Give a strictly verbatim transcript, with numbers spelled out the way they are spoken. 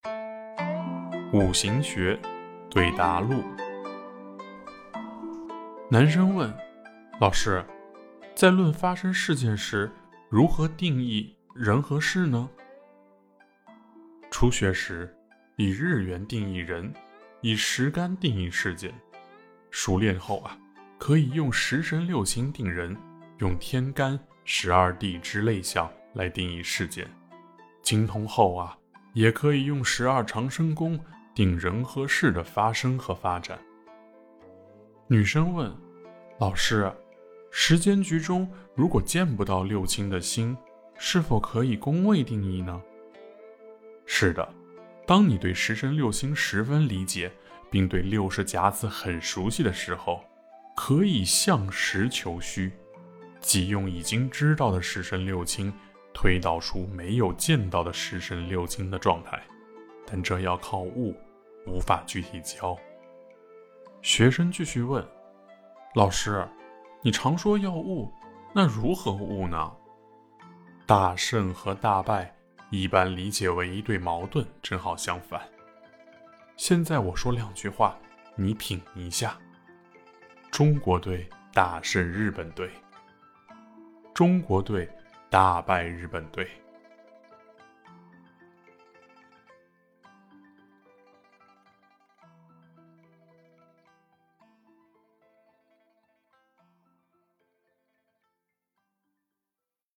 五行学对答录。男生问：老师，在论发生事件时，如何定义人和事呢？初学时，以日元定义人，以时干定义事件。熟练后啊，可以用时神六星定人，用天干、十二地支类象来定义事件。精通后啊，也可以用十二长生宫定人和事的发生和发展。女生问：老师，时间局中如果见不到六亲的星，是否可以宫位定义呢？是的，当你对时神六星十分理解，并对六十甲子很熟悉的时候，可以向实求虚，即用已经知道的时神六亲推导出没有见到的时神六亲的状态，但这要靠悟，无法具体教。学生继续问：老师，你常说要悟，那如何悟呢？大胜和大败一般理解为一对矛盾，正好相反。现在我说两句话，你品一下。中国队大胜日本队，中国队大败日本队。